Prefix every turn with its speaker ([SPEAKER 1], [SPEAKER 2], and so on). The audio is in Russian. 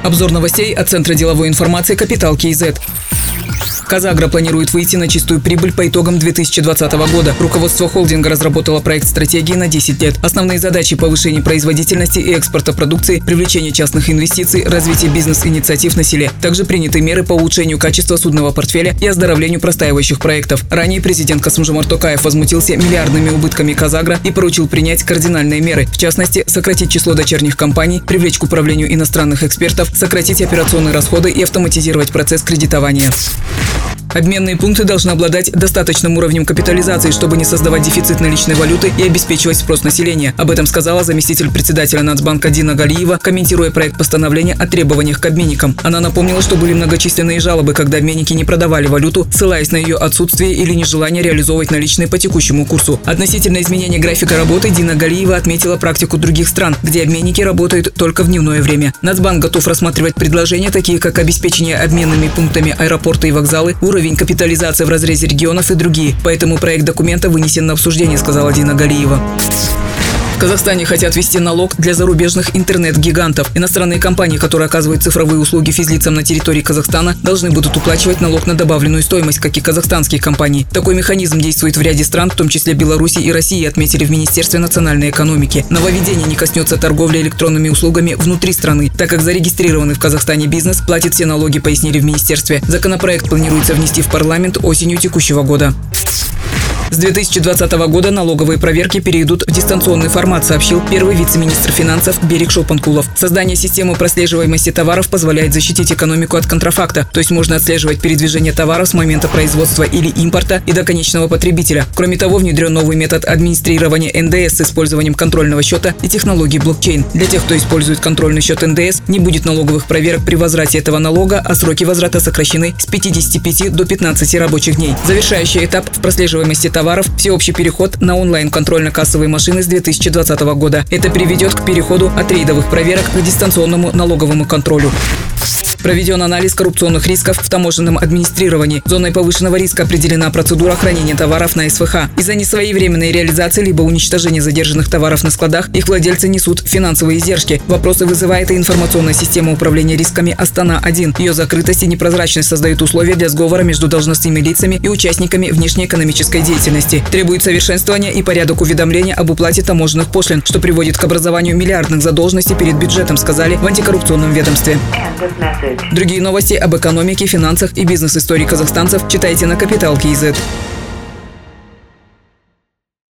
[SPEAKER 1] Обзор новостей от Центра деловой информации «Капитал КИЗ». Казагро планирует выйти на чистую прибыль по итогам 2020 года. Руководство холдинга разработало проект стратегии на 10 лет. Основные задачи – повышение производительности и экспорта продукции, привлечение частных инвестиций, развитие бизнес-инициатив на селе. Также приняты меры по улучшению качества судного портфеля и оздоровлению простаивающих проектов. Ранее президент Касым-Жомарт Токаев возмутился миллиардными убытками Казагро и поручил принять кардинальные меры. В частности, сократить число дочерних компаний, привлечь к управлению иностранных экспертов, сократить операционные расходы и автоматизировать процесс кредитования. Обменные пункты должны обладать достаточным уровнем капитализации, чтобы не создавать дефицит наличной валюты и обеспечивать спрос населения. Об этом сказала заместитель председателя Нацбанка Дина Галиева, комментируя проект постановления о требованиях к обменникам. Она напомнила, что были многочисленные жалобы, когда обменники не продавали валюту, ссылаясь на ее отсутствие или нежелание реализовывать наличные по текущему курсу. Относительно изменения графика работы Дина Галиева отметила практику других стран, где обменники работают только в дневное время. Нацбанк готов рассматривать предложения, такие как обеспечение обменными пунктами аэропорты и вокзалы, уровень капитализации в разрезе регионов и другие. Поэтому проект документа вынесен на обсуждение, сказала Дина Галиева. В Казахстане хотят ввести налог для зарубежных интернет-гигантов. Иностранные компании, которые оказывают цифровые услуги физлицам на территории Казахстана, должны будут уплачивать налог на добавленную стоимость, как и казахстанские компании. Такой механизм действует в ряде стран, в том числе Беларуси и России, отметили в Министерстве национальной экономики. Нововведение не коснется торговли электронными услугами внутри страны, так как зарегистрированный в Казахстане бизнес платит все налоги, пояснили в министерстве. Законопроект планируется внести в парламент осенью текущего года. С 2020 года налоговые проверки перейдут в дистанционный формат, сообщил первый вице-министр финансов Берик Шолпанкулов. Создание системы прослеживаемости товаров позволяет защитить экономику от контрафакта, то есть можно отслеживать передвижение товаров с момента производства или импорта и до конечного потребителя. Кроме того, внедрен новый метод администрирования НДС с использованием контрольного счета и технологии блокчейн. Для тех, кто использует контрольный счет НДС, не будет налоговых проверок при возврате этого налога, а сроки возврата сокращены с 55 до 15 рабочих дней. Завершающий этап в прослеживаемости товаров – всеобщий переход на онлайн контрольно-кассовые машины с 2020 года. Это приведет к переходу от рейдовых проверок к дистанционному налоговому контролю. Проведен анализ коррупционных рисков в таможенном администрировании. Зоной повышенного риска определена процедура хранения товаров на СВХ. Из-за несвоевременной реализации либо уничтожения задержанных товаров на складах их владельцы несут финансовые издержки. Вопросы вызывает и информационная система управления рисками Астана-1. Ее закрытость и непрозрачность создают условия для сговора между должностными лицами и участниками внешнеэкономической деятельности. Требует совершенствования и порядок уведомления об уплате таможенных пошлин, что приводит к образованию миллиардных задолженностей перед бюджетом, сказали в антикоррупционном ведомстве. Другие новости об экономике, финансах и бизнес-истории казахстанцев читайте на Капитал КИЗ.